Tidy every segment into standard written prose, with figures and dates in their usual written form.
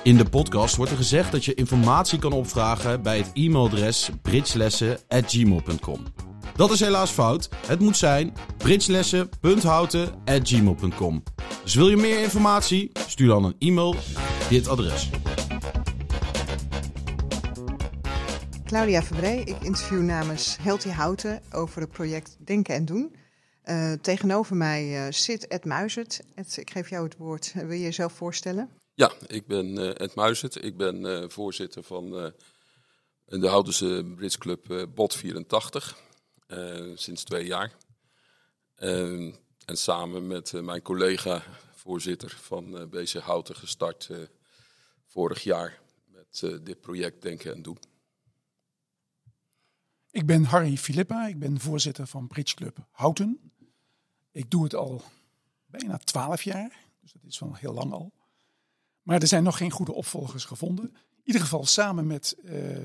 In de podcast wordt er gezegd dat je informatie kan opvragen bij het e-mailadres bridgelessen@gmail.com. Dat is helaas fout. Het moet zijn bridgelessen.houten@gmail.com. Dus wil je meer informatie? Stuur dan een e-mail naar dit adres. Claudia Verbree, ik interview namens Healthy Houten over het project Denken en Doen. Tegenover mij zit Ed Muizert. Ed, ik geef jou het woord. Wil je jezelf voorstellen? Ja, ik ben Ed Muizert. Ik ben voorzitter van de Houtense bridgeclub BOT 84 sinds 2 jaar. En samen met mijn collega voorzitter van BC Houten gestart vorig jaar met dit project Denken en Doen. Ik ben Harry Filippa, ik ben voorzitter van Bridgeclub Houten. Ik doe het al bijna 12 jaar, dus dat is wel heel lang al. Maar er zijn nog geen goede opvolgers gevonden. In ieder geval samen met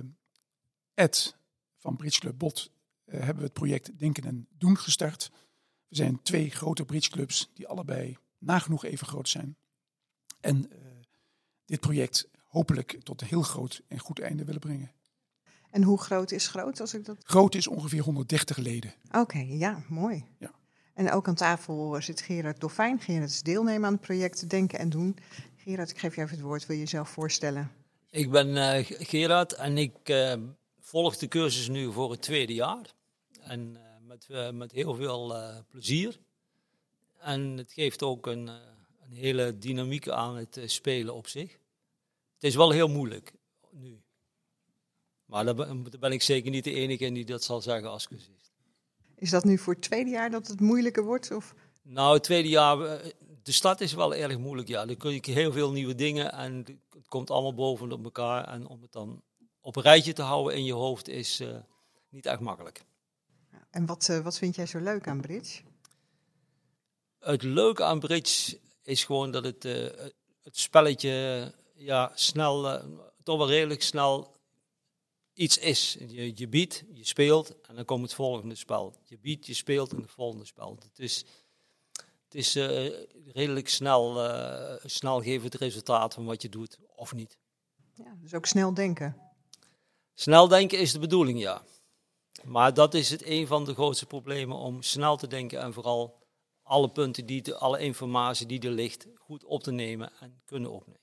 Ed van Bridgeclub BOT hebben we het project Denken en Doen gestart. We zijn 2 grote bridgeclubs die allebei nagenoeg even groot zijn. En dit project hopelijk tot een heel groot en goed einde willen brengen. En hoe groot is groot? Groot is ongeveer 130 leden. Oké, ja, mooi. Ja. En ook aan tafel zit Gerard Dolfijn. Gerard is deelnemer aan het project Denken en Doen. Gerard, ik geef je even het woord. Wil je jezelf voorstellen? Ik ben Gerard en ik volg de cursus nu voor het 2e jaar. En met heel veel plezier. En het geeft ook een hele dynamiek aan het spelen op zich. Het is wel heel moeilijk nu. Maar daar ben ik zeker niet de enige in die dat zal zeggen als cursist. Is dat nu voor het 2e jaar dat het moeilijker wordt? Of? Nou, het 2e jaar, de start is wel erg moeilijk. Ja. Dan kun je heel veel nieuwe dingen en het komt allemaal bovenop elkaar. En om het dan op een rijtje te houden in je hoofd is niet echt makkelijk. En wat vind jij zo leuk aan bridge? Het leuke aan bridge is gewoon dat het spelletje snel, toch wel redelijk snel iets is. Je biedt, je speelt en dan komt het volgende spel. Je biedt, je speelt en het volgende spel. Het is redelijk snel geven het resultaat van wat je doet of niet. Ja, dus ook snel denken. Snel denken is de bedoeling, ja. Maar dat is een van de grootste problemen om snel te denken en vooral alle punten, alle informatie die er ligt, goed op te nemen en kunnen opnemen.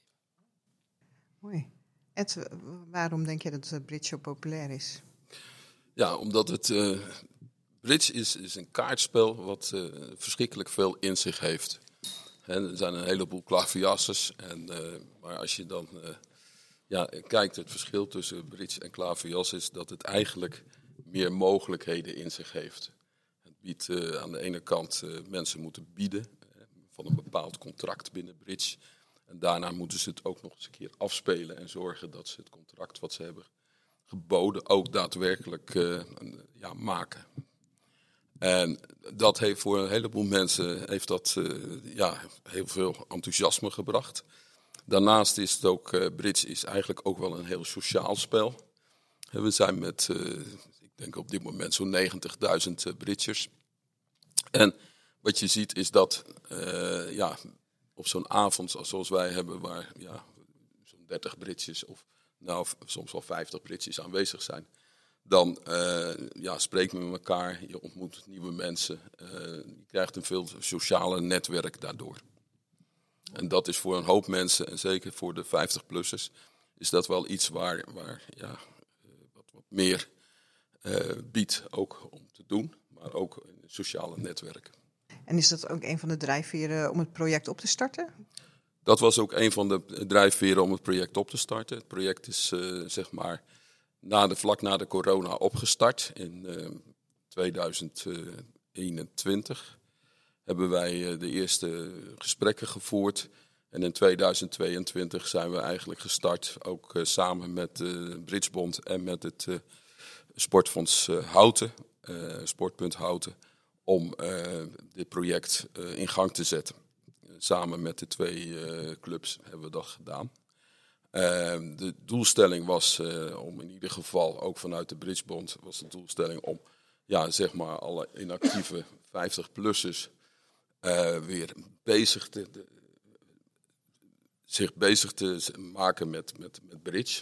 Mooi. Ed, waarom denk je dat bridge zo populair is? Ja, omdat het bridge is een kaartspel wat verschrikkelijk veel in zich heeft. Er zijn een heleboel klaverjassers. Maar als je dan kijkt, het verschil tussen bridge en klaverjas is dat het eigenlijk meer mogelijkheden in zich heeft. Het biedt aan de ene kant mensen moeten bieden van een bepaald contract binnen bridge. En daarna moeten ze het ook nog eens een keer afspelen en zorgen dat ze het contract wat ze hebben geboden ook daadwerkelijk maken. En dat heeft voor een heleboel mensen heel veel enthousiasme gebracht. Daarnaast is het ook, bridge is eigenlijk ook wel een heel sociaal spel. We zijn met, ik denk op dit moment zo'n 90.000 bridgers. En wat je ziet is dat op zo'n avond zoals wij hebben, waar zo'n 30 bridges of soms wel 50 bridges aanwezig zijn, dan spreek je met elkaar, je ontmoet nieuwe mensen, je krijgt een veel sociale netwerk daardoor. En dat is voor een hoop mensen, en zeker voor de 50-plussers, is dat wel iets waar wat meer biedt ook om te doen, maar ook in sociale netwerken. En is dat ook een van de drijfveren om het project op te starten? Dat was ook een van de drijfveren om het project op te starten. Het project is vlak na de corona opgestart. In 2021 hebben wij de eerste gesprekken gevoerd. En in 2022 zijn we eigenlijk gestart, ook samen met de Bridgebond en met het Sportfonds Houten, Sportpunt Houten, om dit project in gang te zetten. Samen met de 2 clubs hebben we dat gedaan. De doelstelling was om in ieder geval, ook vanuit de Bridgebond, was de doelstelling om alle inactieve 50-plussers weer bezig zich bezig te maken met bridge.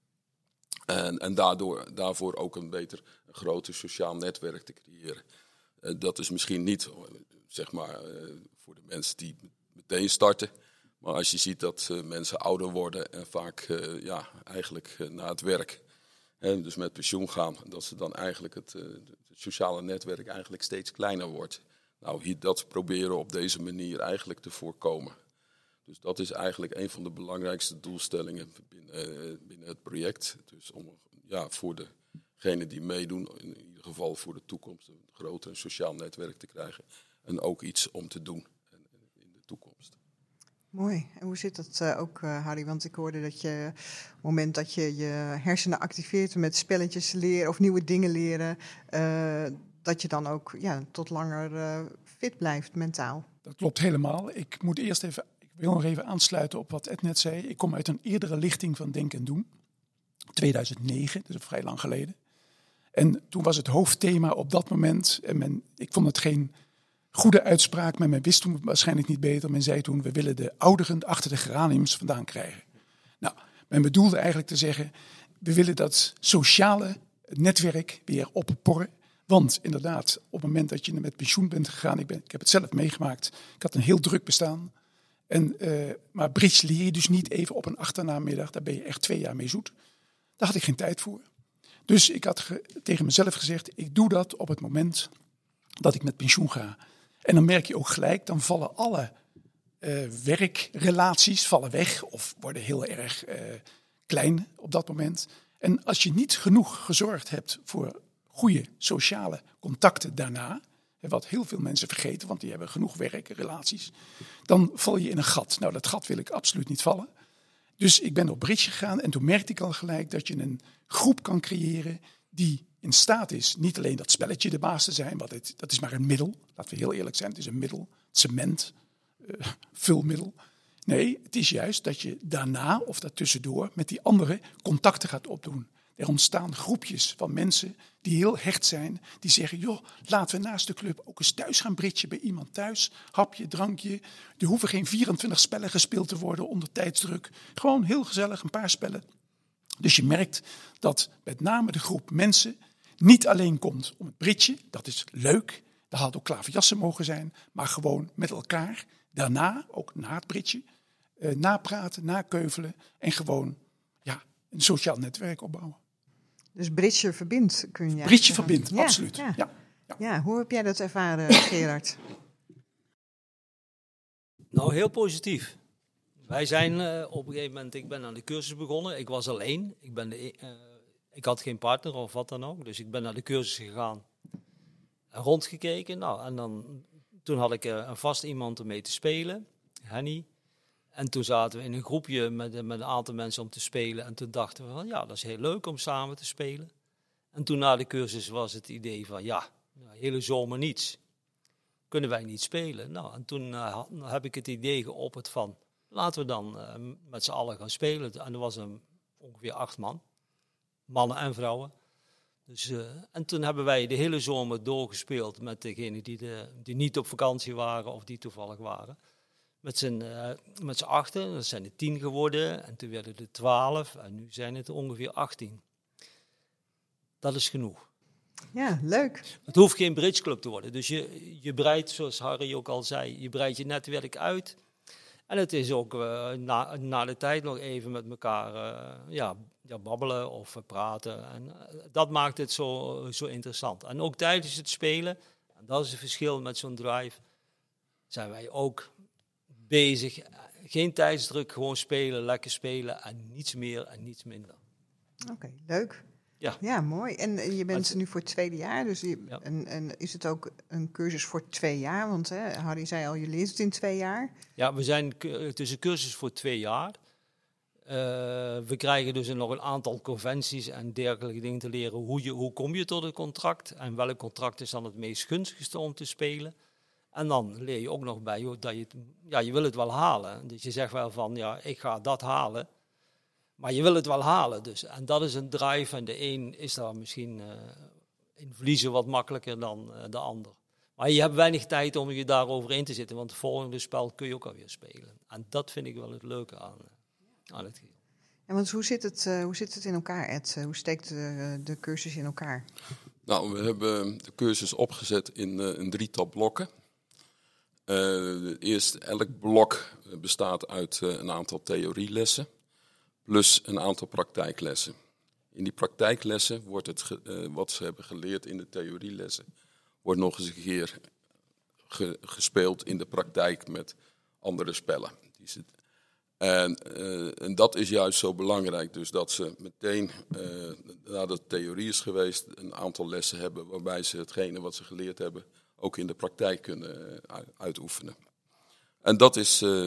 En daarvoor ook een groter sociaal netwerk te creëren. Dat is misschien niet, zeg maar, voor de mensen die meteen starten. Maar als je ziet dat mensen ouder worden en vaak eigenlijk na het werk, dus met pensioen gaan, dat ze dan eigenlijk het sociale netwerk eigenlijk steeds kleiner wordt. Nou, dat proberen op deze manier eigenlijk te voorkomen. Dus dat is eigenlijk een van de belangrijkste doelstellingen binnen het project. Dus om voor degenen die meedoen, in ieder geval voor de toekomst, een groter sociaal netwerk te krijgen. En ook iets om te doen in de toekomst. Mooi. En hoe zit dat ook, Harry? Want ik hoorde dat je op het moment dat je je hersenen activeert met spelletjes leren of nieuwe dingen leren, dat je dan ook tot langer fit blijft mentaal. Dat klopt helemaal. Ik wil nog even aansluiten op wat Ed net zei. Ik kom uit een eerdere lichting van Denken en Doen. 2009, dus vrij lang geleden. En toen was het hoofdthema op dat moment, en ik vond het geen goede uitspraak, maar men wist toen waarschijnlijk niet beter. Men zei toen, we willen de ouderen achter de geraniums vandaan krijgen. Nou, men bedoelde eigenlijk te zeggen, we willen dat sociale netwerk weer opporren. Want inderdaad, op het moment dat je met pensioen bent gegaan, ik heb het zelf meegemaakt, ik had een heel druk bestaan. Maar bridge leer je dus niet even op een achternamiddag, daar ben je echt 2 jaar mee zoet. Daar had ik geen tijd voor. Dus ik had tegen mezelf gezegd, ik doe dat op het moment dat ik met pensioen ga. En dan merk je ook gelijk, dan vallen alle werkrelaties weg of worden heel erg klein op dat moment. En als je niet genoeg gezorgd hebt voor goede sociale contacten daarna, wat heel veel mensen vergeten, want die hebben genoeg werkrelaties, dan val je in een gat. Nou, dat gat wil ik absoluut niet vallen. Dus ik ben op bridge gegaan en toen merkte ik al gelijk dat je een groep kan creëren die in staat is niet alleen dat spelletje de baas te zijn, want dat is maar een middel. Laten we heel eerlijk zijn, het is een middel, cement, vulmiddel. Nee, het is juist dat je daarna of daartussendoor met die anderen contacten gaat opdoen. Er ontstaan groepjes van mensen die heel hecht zijn. Die zeggen, joh, laten we naast de club ook eens thuis gaan bridgen bij iemand thuis. Hapje, drankje. Er hoeven geen 24 spellen gespeeld te worden onder tijdsdruk. Gewoon heel gezellig, een paar spellen. Dus je merkt dat met name de groep mensen niet alleen komt om het bridgen. Dat is leuk. Daar had ook klaverjassen mogen zijn. Maar gewoon met elkaar. Daarna, ook na het bridgen. Napraten, nakeuvelen. En gewoon een sociaal netwerk opbouwen. Dus bridge verbindt, kun je bridge verbindt, absoluut. Ja, hoe heb jij dat ervaren, Gerard? Nou, heel positief. Wij zijn op een gegeven moment, ik ben aan de cursus begonnen. Ik was alleen. Ik had geen partner of wat dan ook. Dus ik ben naar de cursus gegaan en rondgekeken. Nou, en toen had ik een vast iemand om mee te spelen, Henny. En toen zaten we in een groepje met een aantal mensen om te spelen. En toen dachten we van, dat is heel leuk om samen te spelen. En toen na de cursus was het idee van, hele zomer niets. Kunnen wij niet spelen? Nou, en toen heb ik het idee geopperd van, laten we dan met z'n allen gaan spelen. En er was ongeveer 8 man. Mannen en vrouwen. Dus, en toen hebben wij de hele zomer doorgespeeld met degenen die niet op vakantie waren of die toevallig waren. Met z'n 8, dat zijn er 10 geworden en toen werden er 12 en nu zijn het er ongeveer 18. Dat is genoeg. Ja, leuk. Het hoeft geen bridgeclub te worden. Dus je breidt, zoals Harry ook al zei, je breidt je netwerk uit. En het is ook na de tijd nog even met elkaar babbelen of praten. En dat maakt het zo interessant. En ook tijdens het spelen, en dat is het verschil met zo'n drive, zijn wij ook bezig. Geen tijdsdruk, gewoon spelen, lekker spelen en niets meer en niets minder. Oké, leuk. Ja, mooi. En je bent nu voor het 2e jaar, dus en is het ook een cursus voor 2 jaar? Want Harry zei al, je leert het in 2 jaar. Ja, het is een cursus voor 2 jaar. We krijgen dus nog een aantal conventies en dergelijke dingen te leren. Hoe kom je tot een contract en welk contract is dan het meest gunstigste om te spelen. En dan leer je ook nog bij dat je wil het wel halen. Dus je zegt wel van, ik ga dat halen. Maar je wil het wel halen dus. En dat is een drive en de een is daar misschien in verliezen wat makkelijker dan de ander. Maar je hebt weinig tijd om je daarover in te zitten, want het volgende spel kun je ook alweer spelen. En dat vind ik wel het leuke aan het geheel. En want hoe zit het in elkaar, Ed? Hoe steekt de cursus in elkaar? Nou, we hebben de cursus opgezet in een drietal blokken. Elk blok bestaat uit een aantal theorielessen plus een aantal praktijklessen. In die praktijklessen wordt wat ze hebben geleerd in de theorielessen, wordt nog eens een keer gespeeld in de praktijk met andere spellen. En dat is juist zo belangrijk, dus dat ze meteen, nadat de theorie is geweest, een aantal lessen hebben waarbij ze hetgene wat ze geleerd hebben ook in de praktijk kunnen uitoefenen. En dat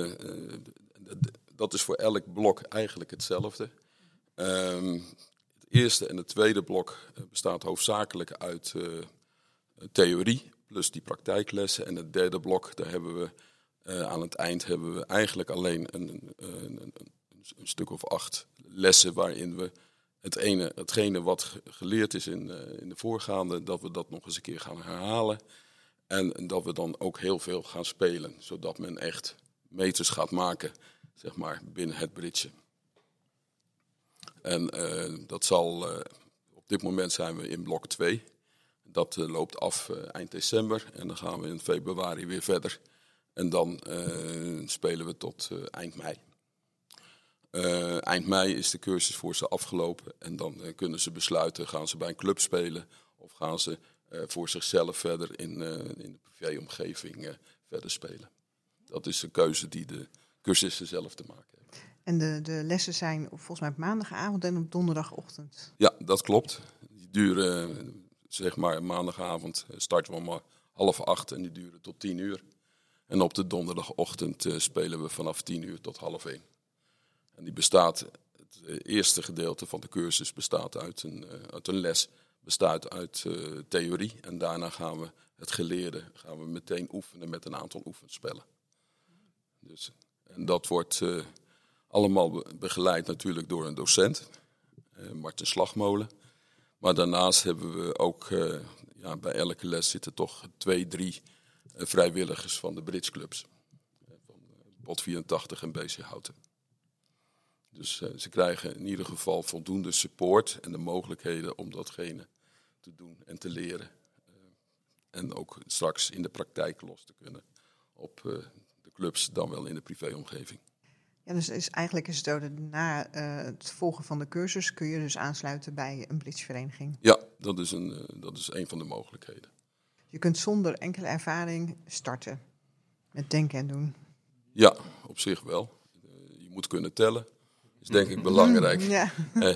is voor elk blok eigenlijk hetzelfde. Het eerste en het tweede blok bestaat hoofdzakelijk uit theorie plus die praktijklessen. En het derde blok, daar hebben we aan het eind eigenlijk alleen een stuk of 8 lessen waarin we hetgene wat geleerd is in de voorgaande, dat we dat nog eens een keer gaan herhalen. En dat we dan ook heel veel gaan spelen, zodat men echt meters gaat maken, zeg maar, binnen het bridgen. En dat zal, op dit moment zijn we in blok 2. Dat loopt af eind december en dan gaan we in februari weer verder. En dan spelen we tot eind mei. Eind mei is de cursus voor ze afgelopen en dan kunnen ze besluiten, gaan ze bij een club spelen of gaan ze voor zichzelf verder in de privéomgeving verder spelen. Dat is een keuze die de cursisten zelf te maken hebben. En de lessen zijn volgens mij op maandagavond en op donderdagochtend. Ja, dat klopt. Die duren, zeg maar, maandagavond starten we om 7:30 en die duren tot 10:00. En op de donderdagochtend spelen we vanaf 10:00 tot 12:30. En die bestaat, het eerste gedeelte van de cursus bestaat uit een les, bestaat uit theorie. En daarna gaan we het geleerde meteen oefenen met een aantal oefenspellen. Dus, en dat wordt allemaal begeleid natuurlijk door een docent, Marten Slagmolen. Maar daarnaast hebben we ook, bij elke les zitten toch 2-3 vrijwilligers van de bridgeclubs. Van Bot 84 en BC Houten. Dus ze krijgen in ieder geval voldoende support en de mogelijkheden om datgene te doen en te leren. En ook straks in de praktijk los te kunnen op de clubs, dan wel in de privéomgeving. Ja, dus eigenlijk is het zo dat na het volgen van de cursus kun je dus aansluiten bij een bridgevereniging. Ja, dat is een van de mogelijkheden. Je kunt zonder enkele ervaring starten met denken en doen. Ja, op zich wel. Je moet kunnen tellen. Is denk ik belangrijk. Ja.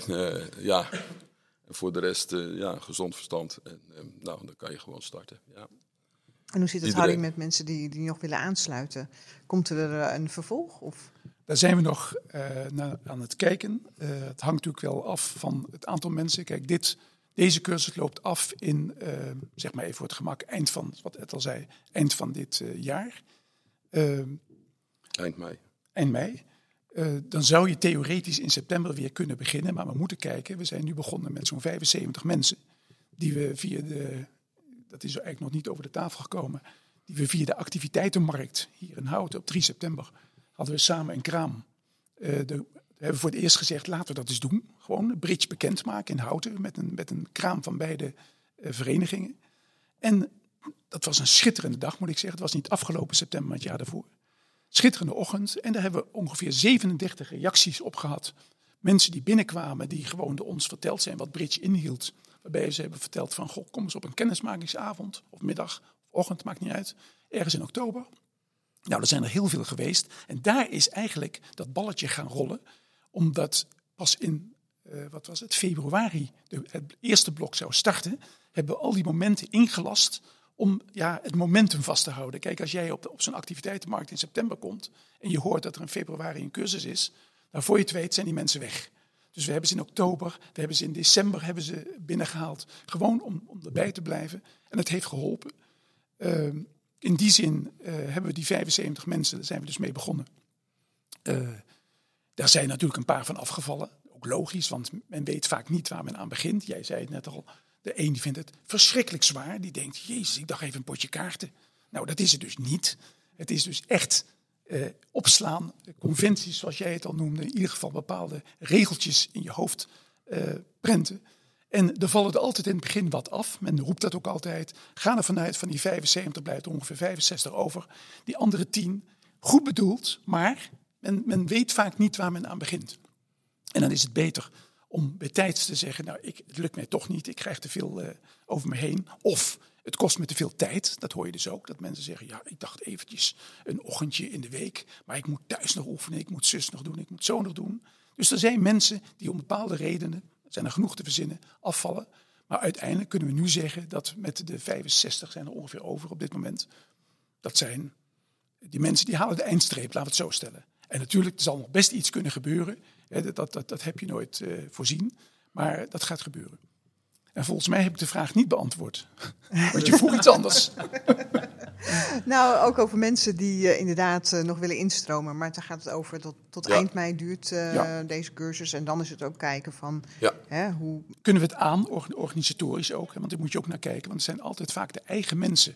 En voor de rest, gezond verstand. En dan kan je gewoon starten. Ja. En hoe zit het, Harry, met mensen die nog willen aansluiten? Komt er een vervolg? Of? Daar zijn we nog aan het kijken. Het hangt natuurlijk wel af van het aantal mensen. Kijk, deze cursus loopt af in, zeg maar even voor het gemak, eind van, wat Ed al zei, eind van dit jaar. Eind mei. Eind mei. Dan zou je theoretisch in september weer kunnen beginnen. Maar we moeten kijken. We zijn nu begonnen met zo'n 75 mensen. Die we dat is eigenlijk nog niet over de tafel gekomen. Die we via de activiteitenmarkt hier in Houten op 3 september hadden we samen een kraam. We hebben voor het eerst gezegd, laten we dat eens doen. Gewoon een bridge bekendmaken in Houten met een kraam van beide verenigingen. En dat was een schitterende dag, moet ik zeggen. Het was niet afgelopen september, maar het jaar daarvoor. Schitterende ochtend. En daar hebben we ongeveer 37 reacties op gehad. Mensen die binnenkwamen, die gewoon door ons verteld zijn wat bridge inhield. Waarbij ze hebben verteld van, goh, kom eens op een kennismakingsavond. Of middag, of ochtend, maakt niet uit. Ergens in oktober. Nou, er zijn er heel veel geweest. En daar is eigenlijk dat balletje gaan rollen. Omdat pas in, februari het eerste blok zou starten. Hebben we al die momenten ingelast om het momentum vast te houden. Kijk, als jij op zo'n activiteitenmarkt in september komt en je hoort dat er in februari een cursus is, dan voor je het weet zijn die mensen weg. Dus we hebben ze in oktober, we hebben ze in december binnengehaald. Gewoon om erbij te blijven. En het heeft geholpen. In die zin hebben we die 75 mensen, daar zijn we dus mee begonnen. Daar zijn natuurlijk een paar van afgevallen. Ook logisch, want men weet vaak niet waar men aan begint. Jij zei het net al, De een die vindt het verschrikkelijk zwaar. Die denkt, jezus, ik dacht even een potje kaarten. Nou, dat is het dus niet. Het is dus echt opslaan, conventies zoals jij het al noemde. In ieder geval bepaalde regeltjes in je hoofd prenten. En er vallen er altijd in het begin wat af. Men roept dat ook altijd. Ga er vanuit van die 75 blijft ongeveer 65 over. Die andere 10, goed bedoeld, maar men weet vaak niet waar men aan begint. En dan is het beter om bij tijds te zeggen, nou, het lukt mij toch niet. Ik krijg te veel over me heen. Of het kost me te veel tijd. Dat hoor je dus ook. Dat mensen zeggen, ja, ik dacht eventjes een ochtendje in de week. Maar ik moet thuis nog oefenen. Ik moet zus nog doen. Ik moet zo nog doen. Dus er zijn mensen die om bepaalde redenen, zijn er genoeg te verzinnen, afvallen. Maar uiteindelijk kunnen we nu zeggen dat met de 65 zijn er ongeveer over op dit moment. Dat zijn die mensen die halen de eindstreep, laten we het zo stellen. En natuurlijk, er zal nog best iets kunnen gebeuren. Dat heb je nooit voorzien. Maar dat gaat gebeuren. En volgens mij heb ik de vraag niet beantwoord. Want je vroeg iets anders. Nou, ook over mensen die inderdaad nog willen instromen. Maar dan gaat het over tot eind mei duurt deze cursus. En dan is het ook kijken van hoe... Kunnen we het aan, organisatorisch ook? Want daar moet je ook naar kijken. Want het zijn altijd vaak de eigen mensen.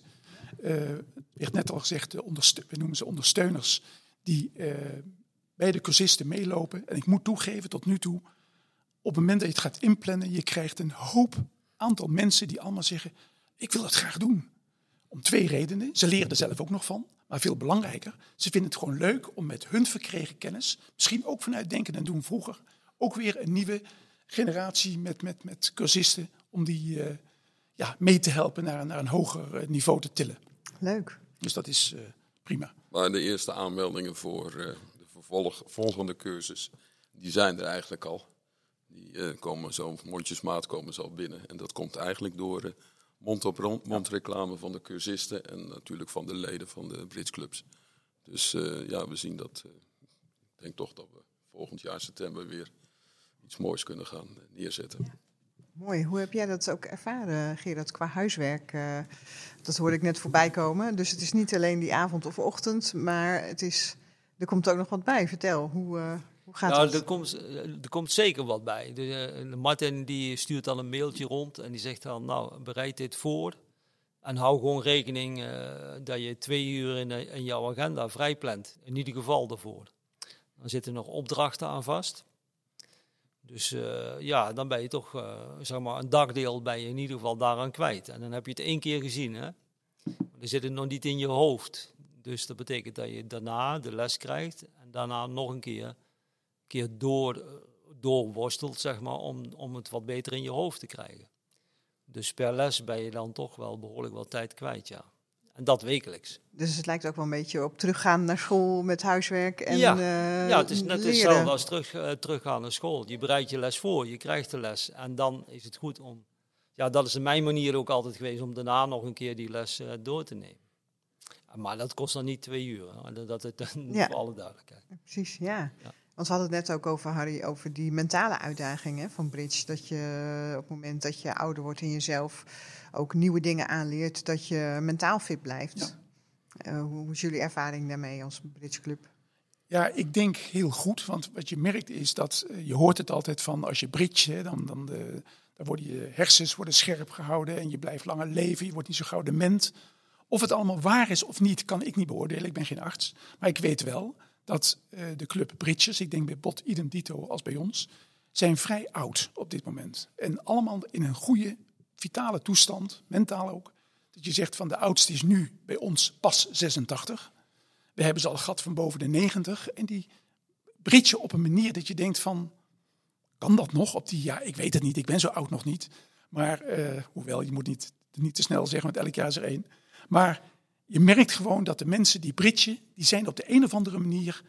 Werd net al gezegd, we noemen ze ondersteuners. Die bij de cursisten meelopen. En ik moet toegeven, tot nu toe, op het moment dat je het gaat inplannen, je krijgt een hoop aantal mensen die allemaal zeggen, ik wil dat graag doen. Om 2 redenen. Ze leren er zelf ook nog van. Maar veel belangrijker, ze vinden het gewoon leuk om met hun verkregen kennis, misschien ook vanuit denken en doen vroeger, ook weer een nieuwe generatie met cursisten, om die mee te helpen naar een hoger niveau te tillen. Leuk. Dus dat is prima. Maar de eerste aanmeldingen voor de volgende cursus, die zijn er eigenlijk al. Die komen zo mondjesmaat komen zo binnen. En dat komt eigenlijk door mond-op-mond reclame van de cursisten en natuurlijk van de leden van de bridgeclubs. Dus we zien dat. Ik denk toch dat we volgend jaar september weer iets moois kunnen gaan neerzetten. Ja. Mooi. Hoe heb jij dat ook ervaren, Gerard, qua huiswerk? Dat hoorde ik net voorbij komen. Dus het is niet alleen die avond of ochtend, maar er komt ook nog wat bij. Vertel, hoe gaat het? Er komt zeker wat bij. De Martin die stuurt dan een mailtje rond en die zegt dan, nou, bereid dit voor. En hou gewoon rekening dat je 2 uur in jouw agenda vrijplant. In ieder geval daarvoor. Dan zitten nog opdrachten aan vast. Dus dan ben je toch, een dagdeel ben je in ieder geval daaraan kwijt. En dan heb je het 1 keer gezien, hè. Dan zit het nog niet in je hoofd. Dus dat betekent dat je daarna de les krijgt. En daarna nog een keer doorworstelt, zeg maar, om het wat beter in je hoofd te krijgen. Dus per les ben je dan toch wel behoorlijk wat tijd kwijt, ja. En dat wekelijks. Dus het lijkt ook wel een beetje op teruggaan naar school met huiswerk en het is net leren. hetzelfde als teruggaan naar school. Je bereidt je les voor, je krijgt de les. En dan is het goed om... Ja, dat is mijn manier ook altijd geweest om daarna nog een keer die les door te nemen. Maar dat kost dan niet 2 uur. Hè. Dat het voor alle duidelijkheid. Precies, ja. Want we hadden het net ook over, Harry, over die mentale uitdagingen van Bridge. Dat je op het moment dat je ouder wordt en jezelf ook nieuwe dingen aanleert, dat je mentaal fit blijft. Ja. Hoe is jullie ervaring daarmee als Bridge Club? Ja, ik denk heel goed. Want wat je merkt is dat, je hoort het altijd van, als je bridge, dan worden je hersens scherp gehouden en je blijft langer leven. Je wordt niet zo gauw dement. Of het allemaal waar is of niet, kan ik niet beoordelen. Ik ben geen arts. Maar ik weet wel dat de club bridgers, ik denk bij Bot idem dito als bij ons, zijn vrij oud op dit moment. En allemaal in een goede, vitale toestand, mentaal ook. Dat je zegt van de oudste is nu bij ons pas 86. We hebben ze al gehad van boven de 90. En die bridgen op een manier dat je denkt van, kan dat nog? Ik weet het niet, ik ben zo oud nog niet. Maar, hoewel, je moet niet te snel zeggen, want elk jaar is er 1. Maar je merkt gewoon dat de mensen die bridgen, die zijn op de een of andere manier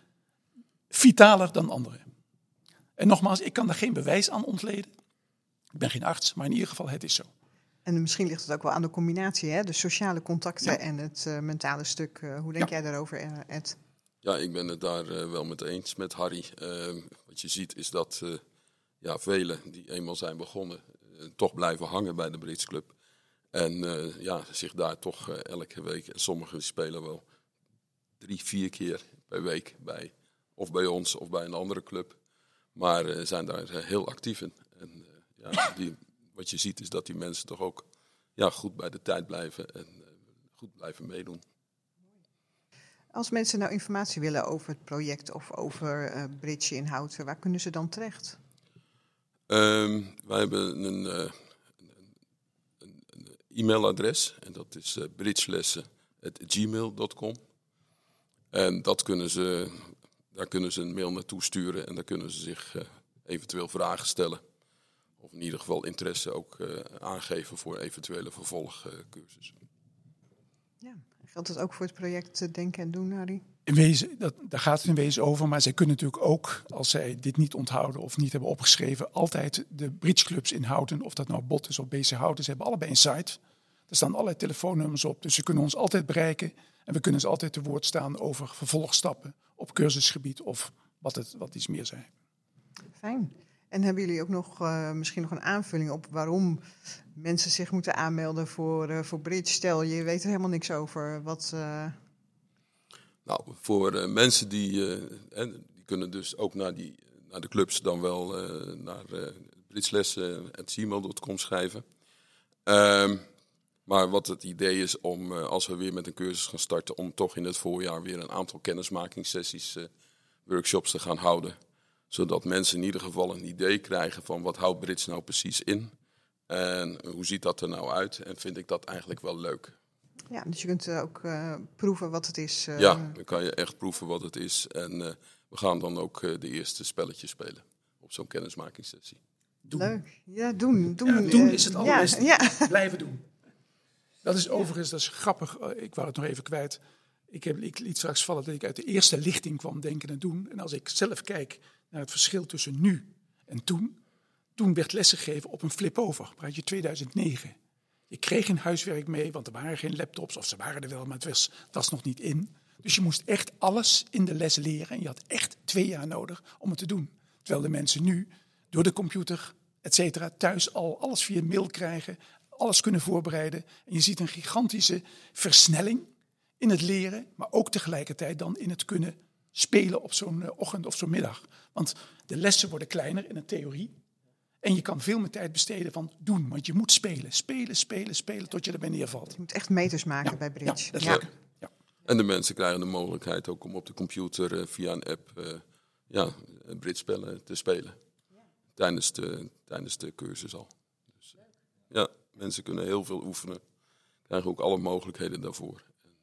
vitaler dan anderen. En nogmaals, ik kan daar geen bewijs aan ontleden. Ik ben geen arts, maar in ieder geval, het is zo. En misschien ligt het ook wel aan de combinatie, hè? De sociale contacten en het mentale stuk. Hoe denk jij daarover, Ed? Ja, ik ben het daar wel mee eens met Harry. Wat je ziet is dat velen die eenmaal zijn begonnen, toch blijven hangen bij de Bridge Club. En zich daar toch elke week, en sommigen spelen wel 3-4 keer per week bij. Of bij ons of bij een andere club. Maar zijn daar heel actief in. En die wat je ziet is dat die mensen toch ook goed bij de tijd blijven en goed blijven meedoen. Als mensen nou informatie willen over het project of over Bridge in Houten, waar kunnen ze dan terecht? Wij hebben een e-mailadres en dat is bridgelessen@gmail.com. En daar kunnen ze een mail naartoe sturen en daar kunnen ze zich eventueel vragen stellen. Of in ieder geval interesse ook aangeven voor eventuele vervolgcursussen. Ja, geldt dat ook voor het project Denken en Doen, Harry? In wezen, daar gaat het in wezen over. Maar zij kunnen natuurlijk ook, als zij dit niet onthouden of niet hebben opgeschreven, altijd de bridgeclubs in Houten, of dat nou BOT is of BC Houten, ze hebben allebei een site. Er staan allerlei telefoonnummers op, dus ze kunnen ons altijd bereiken. En we kunnen ze altijd te woord staan over vervolgstappen op cursusgebied of wat iets meer zijn. Fijn. En hebben jullie ook nog misschien nog een aanvulling op waarom mensen zich moeten aanmelden voor Bridge? Stel, je weet er helemaal niks over. Nou, voor mensen die kunnen dus ook naar de clubs dan wel naar bridgelessen@gmail.com schrijven. Maar wat het idee is om, als we weer met een cursus gaan starten, om toch in het voorjaar weer een aantal kennismakingssessies, workshops te gaan houden. Zodat mensen in ieder geval een idee krijgen van wat houdt Bridge nou precies in. En hoe ziet dat er nou uit? En vind ik dat eigenlijk wel leuk. Ja, dus je kunt ook proeven wat het is. Ja, dan kan je echt proeven wat het is. En we gaan dan ook de eerste spelletjes spelen op zo'n kennismakingssessie. Doen. Leuk. Ja, doen. Ja, doen is het allerbeste. Ja. Blijven doen. Dat is overigens, dat is grappig. Ik wou het nog even kwijt. Ik liet straks vallen dat ik uit de eerste lichting kwam Denken en Doen. En als ik zelf kijk naar het verschil tussen nu en toen werd lessen gegeven op een flip-over. Praat je 2009. Je kreeg geen huiswerk mee, want er waren geen laptops. Of ze waren er wel, maar het was nog niet in. Dus je moest echt alles in de les leren. En je had echt 2 jaar nodig om het te doen. Terwijl de mensen nu door de computer, et cetera, thuis al alles via mail krijgen. Alles kunnen voorbereiden. En je ziet een gigantische versnelling in het leren. Maar ook tegelijkertijd dan in het kunnen spelen op zo'n ochtend of zo'n middag. Want de lessen worden kleiner in de theorie. En je kan veel meer tijd besteden van doen. Want je moet spelen tot je erbij neervalt. Je moet echt meters maken bij Bridge. Ja, dat is leuk. Ja. En de mensen krijgen de mogelijkheid ook om op de computer via een app bridgespellen te spelen. Tijdens de cursus al. Dus, ja, mensen kunnen heel veel oefenen. Krijgen ook alle mogelijkheden daarvoor.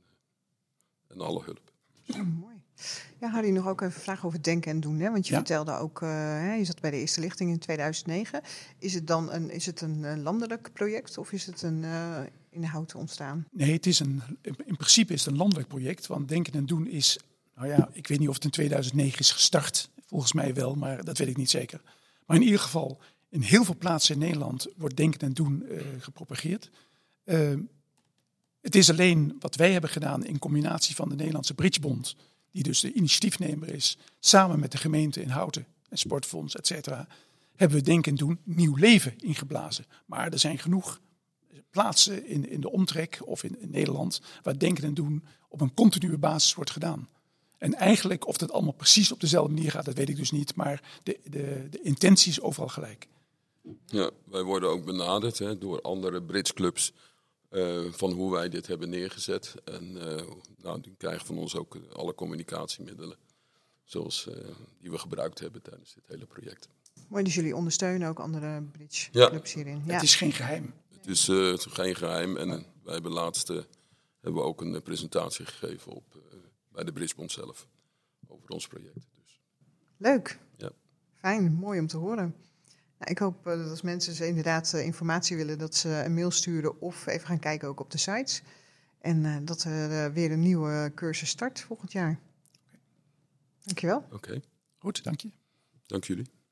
En alle hulp. Ja, mooi. Ja, Harry, nog ook even vragen over Denken en Doen. Hè? Want je vertelde ook, je zat bij de eerste lichting in 2009. Is het een landelijk project of is het in Houten ontstaan? Nee, in principe is het een landelijk project. Want Denken en Doen is, ik weet niet of het in 2009 is gestart. Volgens mij wel, maar dat weet ik niet zeker. Maar in ieder geval, in heel veel plaatsen in Nederland wordt Denken en Doen gepropageerd. Het is alleen wat wij hebben gedaan in combinatie van de Nederlandse Bridgebond, die dus de initiatiefnemer is, samen met de gemeente in Houten en Sportfonds, et cetera, hebben we Denken en Doen nieuw leven ingeblazen. Maar er zijn genoeg plaatsen in de omtrek of in Nederland waar Denken en Doen op een continue basis wordt gedaan. En eigenlijk of dat allemaal precies op dezelfde manier gaat, dat weet ik dus niet. Maar de intentie is overal gelijk. Ja, wij worden ook benaderd door andere bridgeclubs van hoe wij dit hebben neergezet. En die krijgen van ons ook alle communicatiemiddelen zoals die we gebruikt hebben tijdens dit hele project. Mooi, dus jullie ondersteunen ook andere bridgeclubs hierin. Ja. Het is geen geheim. Het is geen geheim. En wij hebben laatst hebben we ook een presentatie gegeven bij de Bridgebond zelf over ons project. Dus. Leuk. Ja. Fijn, mooi om te horen. Nou, ik hoop dat als mensen inderdaad informatie willen, dat ze een mail sturen of even gaan kijken ook op de sites. En dat er weer een nieuwe cursus start volgend jaar. Dankjewel. Oké. Goed, dank je. Dank jullie.